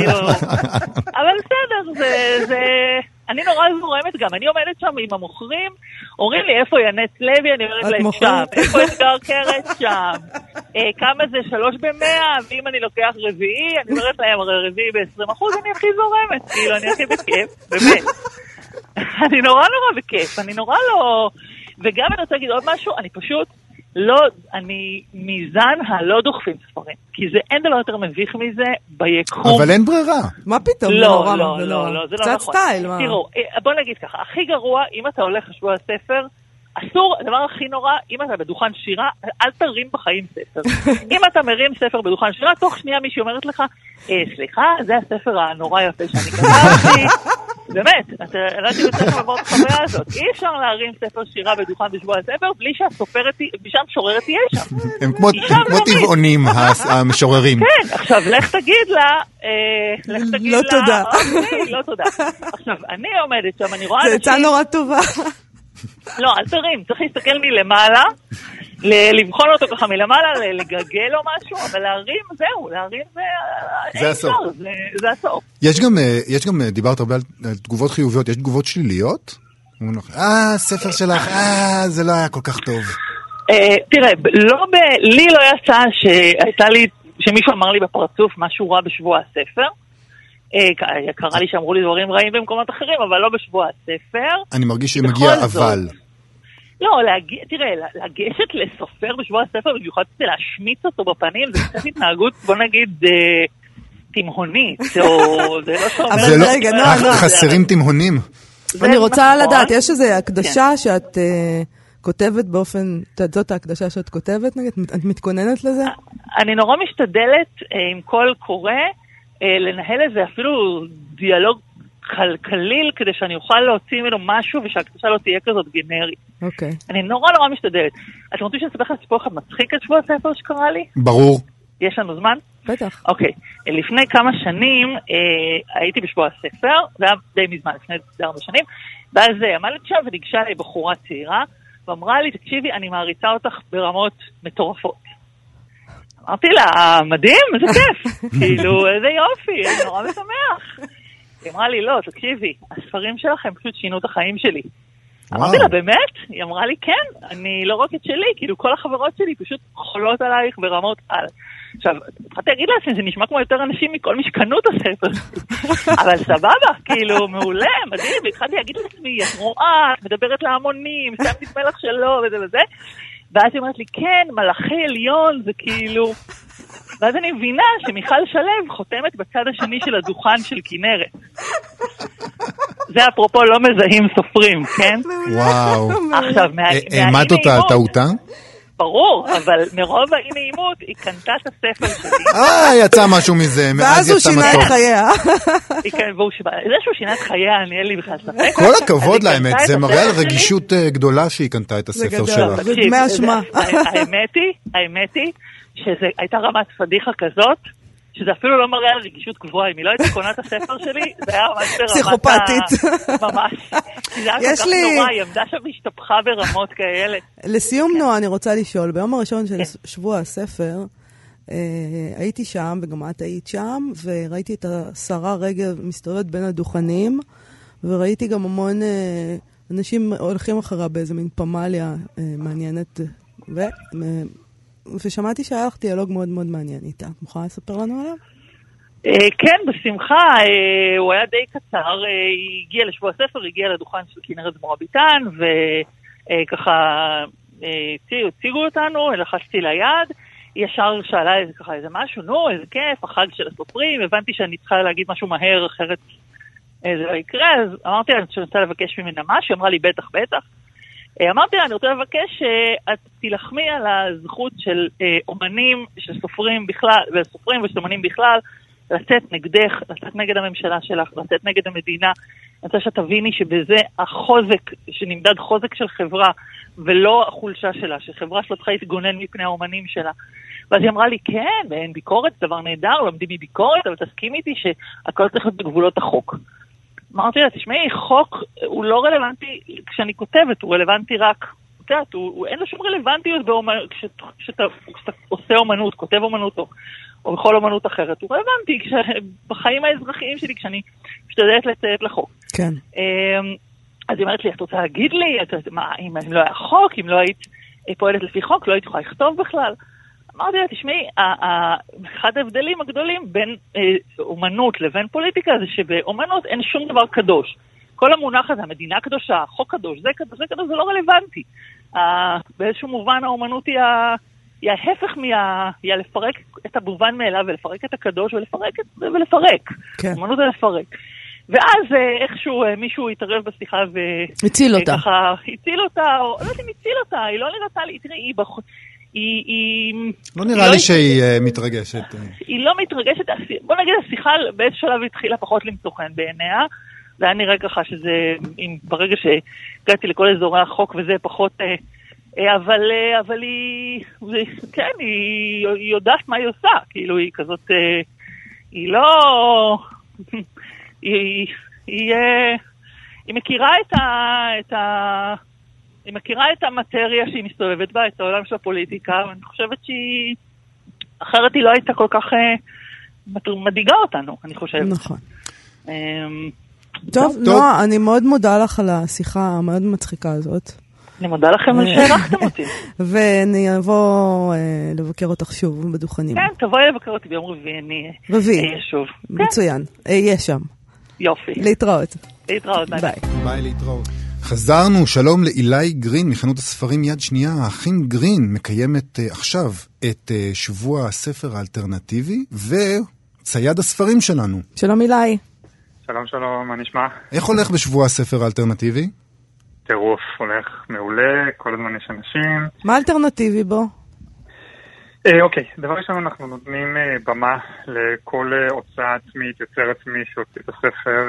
[SPEAKER 5] אבל בסדר, אני נורא זורמת גם. אני עומדת שם עם המוכרים, אומרים לי איפה ינץ לוי, אני אומרת להם שם. איפה אתגר קרת? שם. כמה זה 3 ב-100, ואם אני לוקח רביעי, אני אומרת להם, הרי רביעי ב-20%, אני הכי זורמת. כאילו, אני הכי בכיף, באמת. אני נורא בכיף, אני נורא לא... וגם אני רוצה להגיד עוד משהו, אני פשוט לא... אני מזן הלא דוחפים ספרים, כי זה אין דבר יותר מביך מזה ביקום.
[SPEAKER 2] אבל אין ברירה.
[SPEAKER 3] מה פתאום?
[SPEAKER 5] לא, זה לא נכון.
[SPEAKER 3] קצת סטייל, מה?
[SPEAKER 5] תראו, בוא נגיד ככה, הכי גרוע, אם אתה הולך לשבוע הספר, אסור, הדבר הכי נורא, אם אתה בדוכן שירה, אל תרים בחיים ספר. אם אתה מרים ספר בדוכן שירה, תוך שנייה מישהי אומרת לך, סליחה, זה הספר הנורא יפה שאני כתבתי. באמת, אתה לא יודעת אם אתה יכול לעבור את החוויה הזאת. אי אפשר להרים ספר שירה בדוכן בשבוע הספר, בלי שהמשוררת תהיה שם.
[SPEAKER 2] הם כמו טבעונים, המשוררים.
[SPEAKER 5] כן, עכשיו, לך תגיד לה,
[SPEAKER 3] לא תודה.
[SPEAKER 5] לא תודה. עכשיו, אני עומדת שם, אני רואה
[SPEAKER 3] זה יצא נורא טובה.
[SPEAKER 5] לא, אל תרים, צריך להסתכל מלמעלה, לבחון אותו ככה מלמעלה, לגגל או משהו, אבל להרים, זהו, להרים
[SPEAKER 2] זה הסוף.
[SPEAKER 5] זה הסוף.
[SPEAKER 2] יש גם, דיברת הרבה על תגובות חיוביות, יש תגובות שליליות? ספר שלך, זה לא היה כל כך טוב.
[SPEAKER 5] תראה, לי לא יצא שמישהו אמר לי בפרצוף משהו רע בשבוע הספר, קרה לי שאמרו לי דברים רעים במקומות אחרים, אבל לא בשבוע הספר.
[SPEAKER 2] אני מרגיש שמגיע אבל.
[SPEAKER 5] לא, תראה, לגשת לסופר בשבוע הספר, במיוחד להשמיץ אותו בפנים, זה קצת התנהגות, בוא נגיד, תימהונית, או זה לא שאומר...
[SPEAKER 2] זה לא, חסרים תימהונים.
[SPEAKER 3] אני רוצה לדעת, יש איזו הקדשה שאת כותבת באופן, זאת ההקדשה שאת כותבת, נגיד, את מתכוננת לזה?
[SPEAKER 5] אני נורא משתדלת עם כל קורא, לנהל איזה אפילו דיאלוג כליל, כדי שאני אוכל להוציא ממנו משהו, ושהקדשה לא תהיה כזאת גנרית.
[SPEAKER 3] אוקיי.
[SPEAKER 5] אני נורא משתדלת. אתם רוצים שאני אספר לך סיפור אחד מצחיק את שבוע הספר שקרה לי?
[SPEAKER 2] ברור.
[SPEAKER 5] יש לנו זמן?
[SPEAKER 3] בטח.
[SPEAKER 5] אוקיי. לפני כמה שנים הייתי בשבוע הספר, זה היה די מזמן, לפני די הרבה שנים, ואז עמדתי שם וניגשה לי בחורה צעירה, ואמרה לי, תקשיבי, אני מעריצה אותך ברמות מטורפות. אמרתי לה, מדהים, איזה כיף. כאילו, איזה יופי, אני נורא משמח. היא אמרה לי, לא, תקשיבי, הספרים שלכם פשוט שינו את החיים שלי. אמרתי לה, באמת? היא אמרה לי, כן, אני לא רק את שלי, כאילו כל החברות שלי פשוט חולות עלייך ברמות על. עכשיו, התחלתי להגיד לעצמי, זה נשמע כמו יותר אנשים מכל מי שקנו את הספר. אבל סבבה, כאילו, מעולה, מדהים, והתחלתי להגיד לעצמי, את רואה, את מדברת להמונים, שם נדמה לך שלא, וזה וזה. ואז היא אומרת לי, כן, מלאכי עליון, זה כאילו... ואז אני מבינה שמיכל שלו חותמת בצד השני של הדוכן של כנרת. זה אפרופו לא מזהים סופרים, כן?
[SPEAKER 2] וואו.
[SPEAKER 5] עכשיו,
[SPEAKER 2] העמדת אותה על טעותה?
[SPEAKER 5] ברור, אבל מרוב האי-נעימות היא קנתה את הספר שלי.
[SPEAKER 2] יצא משהו מזה,
[SPEAKER 3] ואז הוא שינה את חייה.
[SPEAKER 5] זה שהוא שינה את חייה, אני אין לי בכלל ספק.
[SPEAKER 2] כל הכבוד לאמת, זה מראה על רגישות גדולה שהיא קנתה את הספר שלך.
[SPEAKER 3] זה דמי אשמה.
[SPEAKER 5] האמת היא שזה הייתה רמת פדיחה כזאת, שזה אפילו לא מראה על רגישות גבוהה. אם היא לא הייתה קונה את הספר שלי, זה היה ממש ברמת
[SPEAKER 3] פסיכופתית.
[SPEAKER 5] ממש. זה היה כל כך נורא, היא עמדה שם והשתפכה ברמות כאלה.
[SPEAKER 3] לסיום נועה, אני רוצה לשאול, ביום הראשון של שבוע הספר, הייתי שם, וגם את היית שם, וראיתי את השרה רגב מסתובבת בין הדוכנים, וראיתי גם המון אנשים הולכים אחריה באיזה מין פמליה מעניינת, ושמעתי שהיה לך דיאלוג מאוד מאוד מעניין איתה. מוכנה לספר לנו עליו?
[SPEAKER 5] כן, בשמחה. הוא היה די קצר. היא הגיעה לשבוע הספר, היא הגיעה לדוכן של כנרת זמורה ביטן, וככה הציגו אותנו, לחצתי ליד, היא ישר שאלה איזה משהו, נו, איזה כיף, החג של הסופרים, הבנתי שאני צריכה להגיד משהו מהר, אחרת זה לא יקרה, אז אמרתי לה שאני רוצה לבקש ממנה משהו, אמרה לי בטח. אמרתי לה, אני רוצה לבקש שאת תלחמי על הזכות של אומנים, של סופרים בכלל, וסופרים ושל אומנים בכלל, לצאת נגדך, לצאת נגד הממשלה שלך, לצאת נגד המדינה. אני רוצה שתביני שבזה החוזק, שנמדד חוזק של חברה, ולא החולשה שלה, שחברה שלא צריכה להתגונן מפני האומנים שלה. ואז היא אמרה לי, כן, ואין ביקורת, דבר נהדר, לומדים מביקורת, אבל תסכים איתי שהכל צריך להיות בגבולות החוק. אמרתי לה, תשמעי, חוק הוא לא רלוונטי כשאני כותבת, הוא רלוונטי רק, אין לו שום רלוונטיות כשאתה עושה אומנות, כותב אומנות או בכל אומנות אחרת, הוא רלוונטי בחיים האזרחיים שלי כשאני משתדלת לציית לחוק.
[SPEAKER 3] כן.
[SPEAKER 5] אז היא אומרת לי, את רוצה להגיד לי, אם לא היה חוק, אם לא היית פועלת לפי חוק, לא היית יכולה לכתוב בכלל. אמרתי לה, תשמעי, אחד ההבדלים הגדולים בין אומנות לבין פוליטיקה זה שבאומנות אין שום דבר קדוש. כל המונח הזה, המדינה קדושה, חוק קדוש, זה קדוש, זה לא רלוונטי. באיזשהו מובן האומנות היא ההפך היא לפרק את המובן מאליו ולפרק את הקדוש ולפרק.
[SPEAKER 3] כן.
[SPEAKER 5] אומנות זה לפרק. ואז איכשהו מישהו התערב בשיחה
[SPEAKER 3] הציל אותה.
[SPEAKER 5] הציל אותה, או לא יודעת אם הציל אותה, היא לא נראתה לי, תראי,
[SPEAKER 2] לא נראה לי שהיא מתרגשת.
[SPEAKER 5] היא לא מתרגשת, בוא נגיד, השיחה באיזה שלב התחילה פחות למצוא חן בעיניה, זה היה נראה ככה שזה, ברגע שהגעתי לכל אזורי החוק וזה פחות, אבל היא, כן, היא יודעת מה היא עושה, כאילו היא כזאת, היא לא, היא מכירה היא מכירה את המטריה שהיא מסתובבת בה, את העולם של הפוליטיקה, ואני חושבת שהיא, אחרת היא לא הייתה כל כך מדאיגה אותנו, אני חושבת.
[SPEAKER 3] נכון. טוב, נועה, אני מאוד מודה לך על השיחה המאוד מצחיקה הזאת.
[SPEAKER 5] אני מודה לכם על שהערכתם אותי.
[SPEAKER 3] ואני אבוא לבקר אותך שוב בדוכנים.
[SPEAKER 5] כן, תבואי לבקר אותי ביום רביעי, אני אהיה שוב.
[SPEAKER 3] מצוין, אהיה שם.
[SPEAKER 5] יופי.
[SPEAKER 3] להתראות.
[SPEAKER 5] להתראות, ביי.
[SPEAKER 2] ביי, להתראות. חזרנו, שלום לאילי גרין מחנות הספרים יד שנייה. האחים גרין מקיימת עכשיו את שבוע הספר האלטרנטיבי וצייד הספרים שלנו.
[SPEAKER 3] שלום אילי.
[SPEAKER 6] שלום, מה נשמע?
[SPEAKER 2] איך הולך בשבוע הספר האלטרנטיבי?
[SPEAKER 6] טירוף, הולך מעולה, כל הזמן יש אנשים.
[SPEAKER 3] מה אלטרנטיבי בו?
[SPEAKER 6] אוקיי, דבר ראשון אנחנו נותנים במה לכל הוצאה עצמית, יוצר עצמי שהוציא את הספר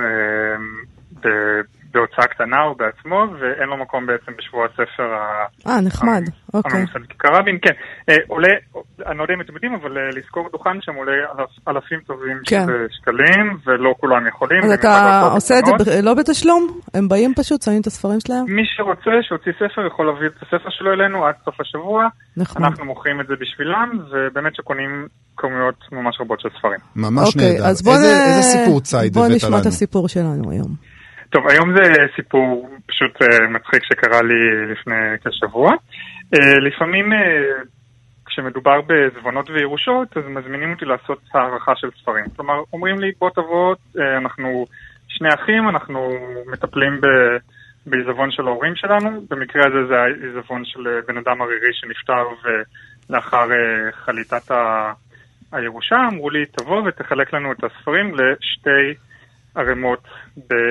[SPEAKER 6] בהוצאה קטנה או בעצמו, ואין לו מקום בעצם בשבוע הספר
[SPEAKER 3] נחמד, אוקיי.
[SPEAKER 6] הממוסד כיכר-רבין, כן. עולה, אני לא יודע אם אתם יודעים, אבל לזכור דוכן שם עולה אלפים טובים של שקלים, ולא כולם יכולים.
[SPEAKER 3] אז אתה עושה את זה לא בתשלום? הם באים פשוט, שמים את הספרים שלהם?
[SPEAKER 6] מי שרוצה שהוציא ספר יכול להביא את הספר שלו אלינו עד סוף השבוע. אנחנו מוכרים את זה בשבילם, ובאמת שקונים כמויות ממש רבות של ספרים.
[SPEAKER 2] ממש נהדר. איזה סיפור צייד הבאת לנו?
[SPEAKER 3] בוא נשמע את הסיפור שלנו היום.
[SPEAKER 6] טוב, היום זה סיפור פשוט מצחיק שקרה לי לפני כשבוע. לפעמים כשמדובר בעזבונות וירושות, אז מזמינים אותי לעשות הערכה של ספרים. כלומר, אומרים לי, בוא תבוא, אנחנו שני אחים, אנחנו מטפלים בעזבון של ההורים שלנו. במקרה הזה זה העזבון של בן אדם ערירי שנפטר ולאחר חליטת הירושה. אמרו לי, תבוא ותחלק לנו את הספרים לשתי ערימות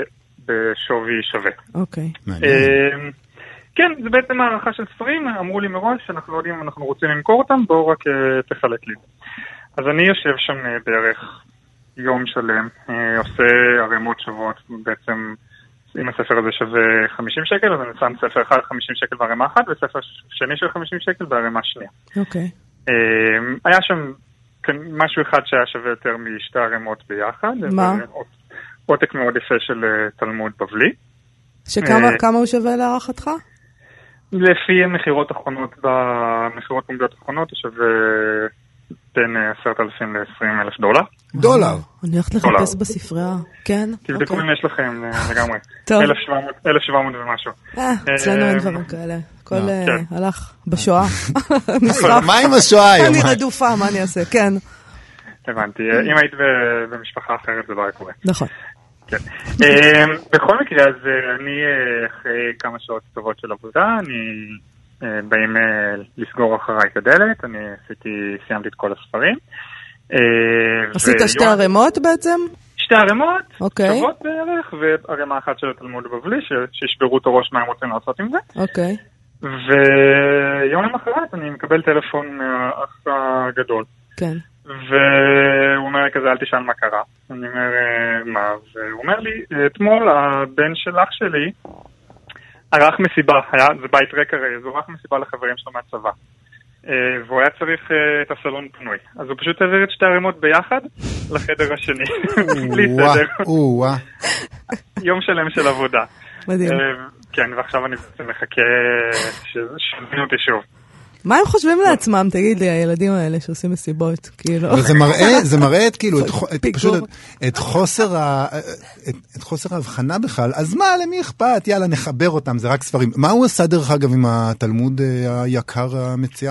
[SPEAKER 6] בשווי שווה.
[SPEAKER 3] אוקיי.
[SPEAKER 6] כן, זה בעצם הערכה של ספרים, אמרו לי מראש שאנחנו לא יודעים אם אנחנו רוצים למכור אותם, בואו רק תחלק לי. אז אני יושב שם בערך יום שלם, עושה ערימות שוות, בעצם אם הספר הזה שווה 50 שקל, אז אני שם ספר אחד 50 שקל בערימה אחת, וספר שני של 50 שקל בערימה שנייה.
[SPEAKER 3] אוקיי.
[SPEAKER 6] היה שם משהו אחד שהיה שווה יותר משתי ערימות ביחד.
[SPEAKER 3] מה?
[SPEAKER 6] עותק מאוד יפה של תלמוד בבלי.
[SPEAKER 3] כמה הוא שווה להערכתך?
[SPEAKER 6] לפי מחירות אחרונות, במחירות פומביות אחרונות, הוא שווה בין 10,000 ל-20,000 דולר.
[SPEAKER 2] דולר?
[SPEAKER 3] אני הולכת לחפש בספרייה, כן?
[SPEAKER 6] תבדקו אם יש לכם לגמרי.
[SPEAKER 3] טוב.
[SPEAKER 6] 1,700 ומשהו.
[SPEAKER 3] אצלנו אין דברים כאלה. הכל הלך בשואה.
[SPEAKER 2] מה עם השואה היום?
[SPEAKER 3] אני רדופה, מה אני אעשה? כן.
[SPEAKER 6] הבנתי. אם היית במשפחה אחרת זה לא היה קורה.
[SPEAKER 3] נכון.
[SPEAKER 6] כן. בכל מקרה, אז אני אחרי כמה שעות טובות של עבודה, אני באים לסגור אחריי את הדלת, אני סיימתי את כל הספרים.
[SPEAKER 3] עשית שתי ערימות בעצם?
[SPEAKER 6] שתי ערימות,
[SPEAKER 3] אוקיי.
[SPEAKER 6] שוות בערך, וערימה אחת של התלמוד בבלי, שישברו את הראש מה הם רוצים לעשות עם זה.
[SPEAKER 3] אוקיי.
[SPEAKER 6] ויום למחרת אני מקבל טלפון מהאח הגדול.
[SPEAKER 3] כן.
[SPEAKER 6] והוא אומר לי כזה, אל תשאל מה קרה. אני אומר, מה? והוא אומר לי, אתמול הבן של אח שלי ערך מסיבה, זה בית ריק הרי, אז הוא ערך מסיבה לחברים שלו מהצבא. והוא היה צריך את הסלון פנוי. אז הוא פשוט העביר את שתי ערימות ביחד לחדר השני. בלי סדר. יום שלם של עבודה.
[SPEAKER 3] מדהים.
[SPEAKER 6] כן, ועכשיו אני מחכה שזמינו אותי שוב.
[SPEAKER 3] מה הם חושבים לעצמם, תגיד לי, הילדים האלה שעושים מסיבות, כאילו?
[SPEAKER 2] זה מראה את חוסר ההבחנה בכלל, אז מה, למי אכפת? יאללה, נחבר אותם, זה רק ספרים. מה הוא עשה דרך אגב עם התלמוד היקר המציאה?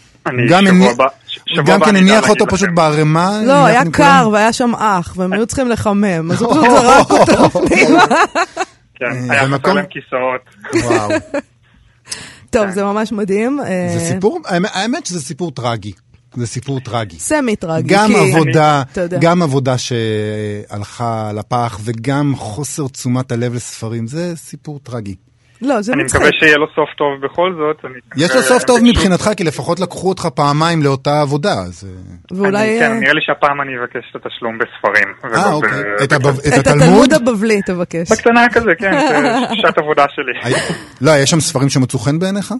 [SPEAKER 2] גם כן הניח אותו פשוט בערימה?
[SPEAKER 3] לא, היה קר והיה שם אח, והם היו צריכים לחמם, אז הוא פשוט זרק אותו פנימה.
[SPEAKER 6] כן, היה חסר להם כיסאות.
[SPEAKER 2] וואו.
[SPEAKER 3] טוב, זה ממש מדהים.
[SPEAKER 2] זה סיפור, האמת שזה סיפור טרגי. זה סיפור טרגי.
[SPEAKER 3] סמי טרגי.
[SPEAKER 2] גם עבודה שהלכה לפח, וגם חוסר תשומת הלב לספרים. זה סיפור טרגי.
[SPEAKER 3] לא, זה
[SPEAKER 6] אני
[SPEAKER 3] מצחיק.
[SPEAKER 6] מקווה שיהיה לו סוף טוב בכל זאת.
[SPEAKER 2] יש לו סוף טוב מבחינתך, כי לפחות לקחו אותך פעמיים לאותה עבודה.
[SPEAKER 3] ואולי...
[SPEAKER 6] כן, נראה לי שהפעם אני אבקש את התשלום בספרים.
[SPEAKER 2] אוקיי.
[SPEAKER 3] את התלמוד הבבלי תבקש.
[SPEAKER 6] בקטנה כזה, כן, זה שעת עבודה שלי.
[SPEAKER 2] לא, יש שם ספרים שמצאו חן בעיניך?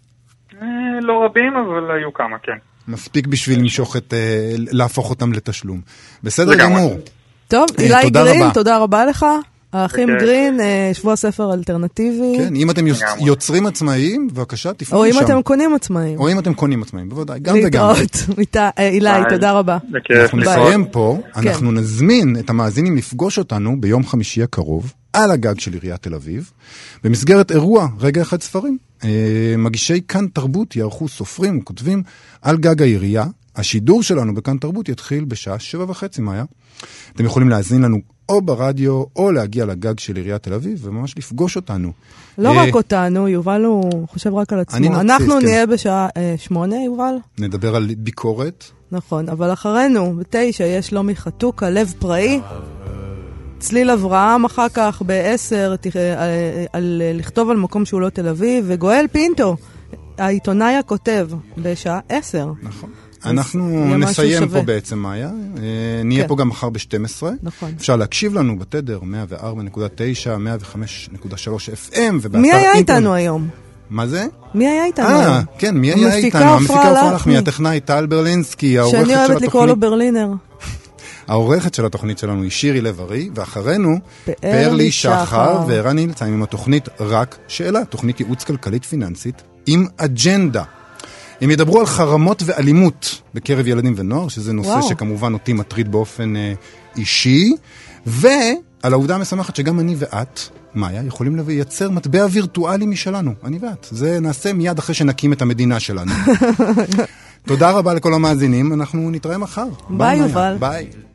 [SPEAKER 6] לא רבים, אבל היו כמה, כן.
[SPEAKER 2] מספיק בשביל למשוך להפוך אותם לתשלום. בסדר גמור.
[SPEAKER 3] טוב, אילי גרין, תודה רבה לך. האחים גרין, שבוע ספר אלטרנטיבי.
[SPEAKER 2] כן, אם אתם יוצרים עצמאיים, בבקשה, תפנו
[SPEAKER 3] או
[SPEAKER 2] לשם.
[SPEAKER 3] אם אתם קונים עצמאיים.
[SPEAKER 2] או אם אתם קונים עצמאיים, בוודאי, גם וגם.
[SPEAKER 3] אילי, תודה רבה.
[SPEAKER 2] אנחנו נסיים פה, אנחנו נזמין את המאזינים לפגוש אותנו ביום חמישי הקרוב, על הגג של עיריית תל אביב, במסגרת אירוע רגע אחד ספרים. מגישי כאן תרבות יערכו סופרים וכותבים על גג העירייה. השידור שלנו בכאן תרבות יתחיל בשעה 7:30, מאיה. אתם יכולים להאזין לנו או ברדיו, או להגיע לגג של עיריית תל אביב, וממש לפגוש אותנו.
[SPEAKER 3] לא רק אותנו, יובל הוא חושב רק על עצמו. אנחנו נהיה בשעה 8, יובל. נדבר על ביקורת. נכון, אבל אחרינו, ב9, יש לומי חתוקה, לב פראי. צליל אברהם אחר כך ב10, על לכתוב על מקום שהוא לא תל אביב, וגואל פינטו, העיתונאי הכותב, בשעה 10. נכון. אנחנו נסיים פה בעצם, מאיה. נהיה פה גם מחר ב-12. נכון. אפשר להקשיב לנו בתדר 104.9, 105.3 FM, מי היה איתנו היום? מה זה? מי היה איתנו היום? כן, מי היה איתנו? המפיקה עופרה לחמי, הטכנאי טל ברלינסקי, שאני אוהבת לקרוא לו ברלינר. העורכת של התוכנית שלנו היא שירי לב-ארי, ואחרינו פארלי שחר וערני נמצאים עם התוכנית רק שאלה, תוכנית ייעוץ כלכלית פיננסית עם אג'נדה. הם ידברו על חרמות ואלימות בקרב ילדים ונוער, שזה נושא שכמובן אותי מטריד באופן אישי, ועל העובדה המשמחת שגם אני ואת, מאיה, יכולים לייצר מטבע וירטואלי משלנו, אני ואת. זה נעשה מיד אחרי שנקים את המדינה שלנו. תודה רבה לכל המאזינים, אנחנו נתראה מחר. ביי יובל. ביי.